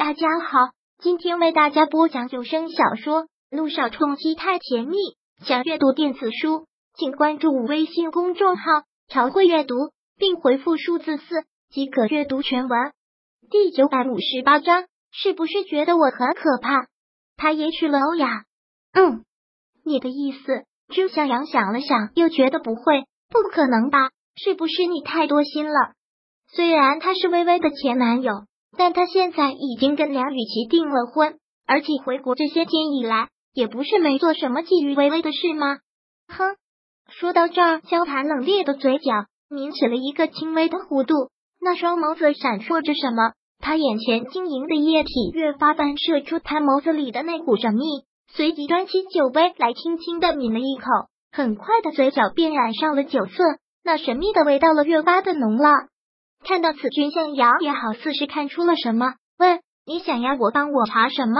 大家好，今天为大家播讲有声小说《路上冲击太甜蜜》。想阅读电子书，请关注微信公众号朝会阅读，并回复数字4即可阅读全文。第958章，是不是觉得我很可怕？他也许了欧雅。你的意思？君向阳想了想，又觉得不会，不可能吧？是不是你太多心了？虽然他是微微的前男友，但他现在已经跟梁雨琪订了婚，而且回国这些天以来，也不是没做什么觊觎微微的事吗？哼！说到这儿，萧谈冷冽的嘴角抿起了一个轻微的弧度，那双眸子闪烁着什么，他眼前晶莹的液体越发反射出他眸子里的那股神秘，随即端起酒杯来轻轻的抿了一口，很快的嘴角便染上了酒色，那神秘的味道了越发的浓了。看到此，君向阳也好似是看出了什么，问：你想要我帮我查什么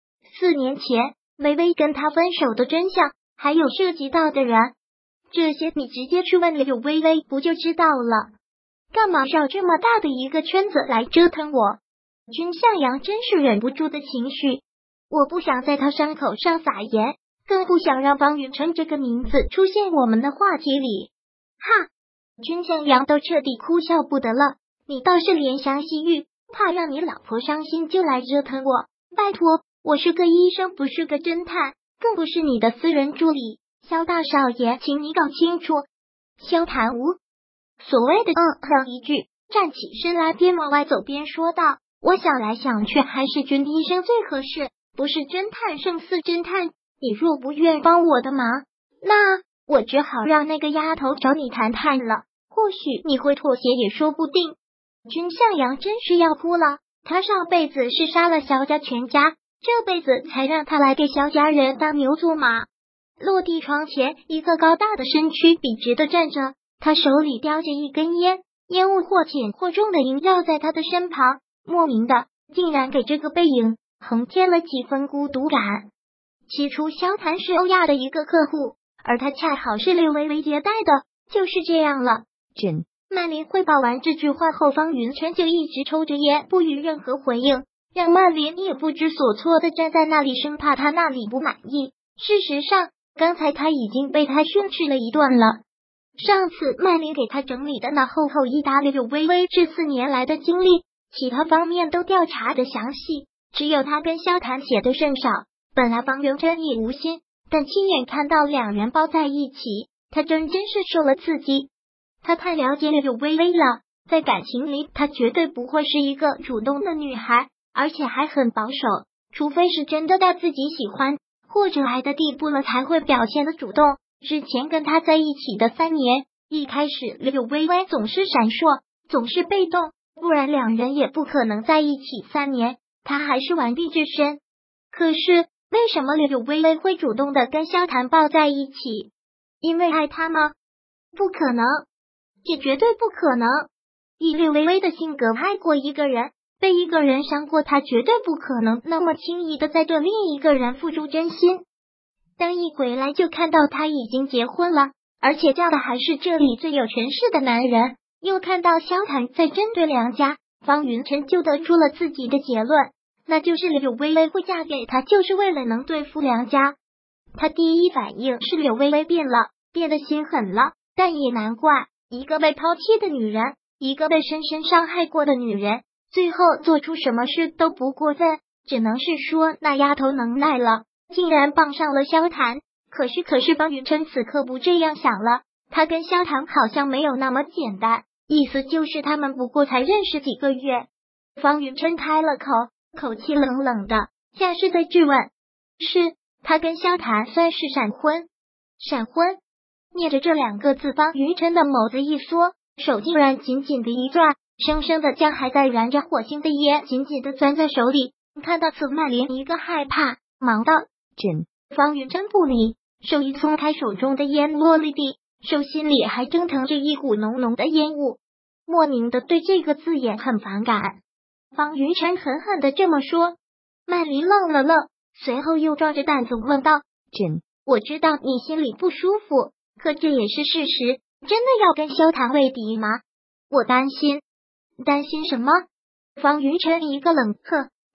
？4年前微微跟他分手的真相，还有涉及到的人，这些你直接去问柳微微不就知道了？干嘛绕这么大的一个圈子来折腾我？君向阳真是忍不住的情绪，我不想在他伤口上撒盐，更不想让方云晨这个名字出现我们的话题里。哈！君向阳都彻底哭笑不得了，你倒是怜香惜玉，怕让你老婆伤心就来折腾我。拜托，我是个医生，不是个侦探，更不是你的私人助理。萧大少爷，请你搞清楚。萧谈无所谓的一句，站起身来，边往外走边说道：我想来想去，还是君医生最合适，不是侦探胜似侦探。你若不愿帮我的忙，那我只好让那个丫头找你谈谈了，或许你会妥协也说不定。君向阳真是要哭了，他上辈子是杀了萧家全家，这辈子才让他来给萧家人当牛做马。落地窗前，一个高大的身躯笔直的站着，他手里叼着一根烟，烟雾或浅或重的萦绕在他的身旁，莫名的竟然给这个背影横添了几分孤独感。起初萧谈是欧亚的一个客户，而他恰好是柳微微接待的，就是这样了。曼琳汇报完这句话后，方云晨就一直抽着烟，不予任何回应，让曼琳也不知所措的站在那里，生怕他那里不满意。事实上，刚才他已经被他训斥了一顿了。上次曼琳给他整理的那厚厚一沓柳微微这4年来的经历，其他方面都调查的详细，只有他跟萧谈写的甚少。本来方云晨也无心，但亲眼看到两人抱在一起，他真是受了刺激。他太了解柳微微了，在感情里她绝对不会是一个主动的女孩，而且还很保守，除非是真的到自己喜欢或者爱的地步了才会表现的主动。之前跟他在一起的3年，一开始柳微微总是闪烁，总是被动，不然两人也不可能在一起3年，他还是完璧之身。可是为什么柳微微会主动的跟萧谈抱在一起？因为爱他吗？不可能，也绝对不可能。以柳微微的性格，爱过一个人，被一个人伤过，他绝对不可能那么轻易的再对另一个人付出真心。当一回来就看到他已经结婚了，而且嫁的还是这里最有权势的男人，又看到萧谈在针对梁家，方云晨就得出了自己的结论，那就是柳微微会嫁给他，就是为了能对付梁家。他第一反应是柳微微变了，变得心狠了，但也难怪，一个被抛弃的女人，一个被深深伤害过的女人，最后做出什么事都不过分，只能是说那丫头能耐了，竟然傍上了萧谈。可是方云晨此刻不这样想了，他跟萧谈好像没有那么简单，意思就是他们不过才认识几个月。方云晨开了口，口气冷冷的，像是在质问。是，他跟萧谈算是闪婚。闪婚？念着这2个字，方云晨的眸子一缩，手竟然紧紧的一攥，生生的将还在燃着火星的烟紧紧的攥在手里。看到此，曼琳一个害怕，忙道：方云晨不理，手一松开，手中的烟落了地，手心里还蒸腾着一股浓浓的烟雾，莫名的对这个字眼很反感。方云晨狠狠的这么说。曼琳愣了愣，随后又壮着胆子问道：我知道你心里不舒服，可这也是事实，真的要跟萧谈为敌吗？我担心。担心什么？方云晨一个冷呵，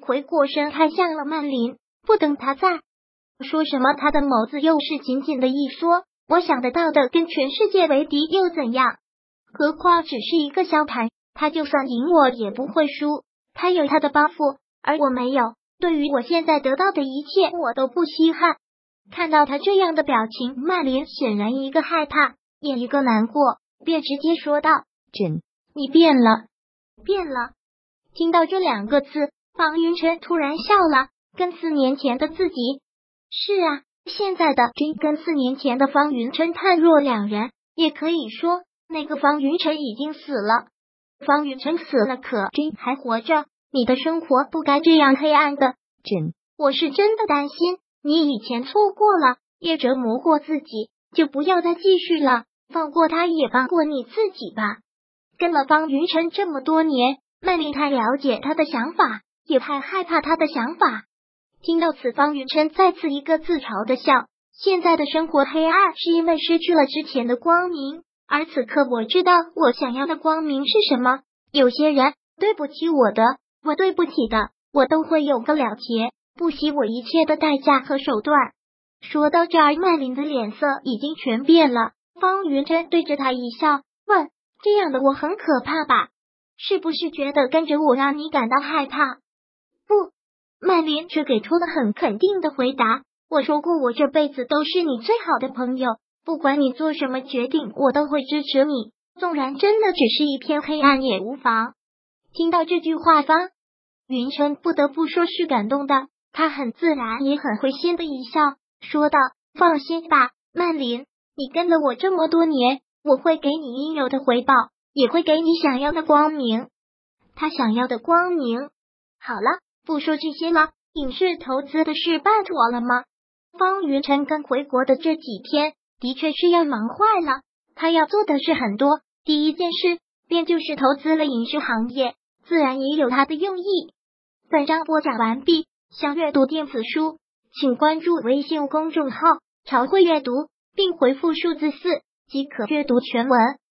回过身看向了曼琳，不等他再说什么，他的眸子又是紧紧的一缩。我想得到的跟全世界为敌又怎样？何况只是一个萧谈，他就算赢我也不会输。他有他的包袱，而我没有。对于我现在得到的一切，我都不稀罕。看到他这样的表情，曼琳显然一个害怕，也一个难过，便直接说道：“朕，你变了，变了。”听到这2个字，方云晨突然笑了，跟4年前的自己。是啊，现在的朕跟4年前的方云晨判若两人，也可以说那个方云晨已经死了。方云晨死了，可朕还活着，你的生活不该这样黑暗的。朕，我是真的担心你以前错过了，也折磨过自己，就不要再继续了，放过他，也放过你自己吧。跟了方云晨这么多年，曼琳太了解他的想法，也太害怕他的想法。听到此，方云晨再次一个自嘲的笑。现在的生活黑暗，是因为失去了之前的光明，而此刻我知道我想要的光明是什么。有些人对不起我的，我对不起的，我都会有个了结，不惜我一切的代价和手段。说到这儿，曼琳的脸色已经全变了。方云晨对着他一笑，问：“这样的我很可怕吧？是不是觉得跟着我让你感到害怕？”不，曼琳却给出了很肯定的回答。我说过，我这辈子都是你最好的朋友，不管你做什么决定，我都会支持你，纵然真的只是一片黑暗也无妨。听到这句话，方云晨不得不说是感动的，他很自然也很会心的一笑，说道：“放心吧，曼琳，你跟了我这么多年，我会给你应有的回报，也会给你想要的光明。”他想要的光明。好了，不说这些了，影视投资的事办妥了吗？方云晨刚回国的这几天，的确是要忙坏了。他要做的事很多，第一件事便就是投资了影视行业，自然也有他的用意。本章播讲完毕，想阅读电子书，请关注微信公众号“朝会阅读”，并回复数字4即可阅读全文。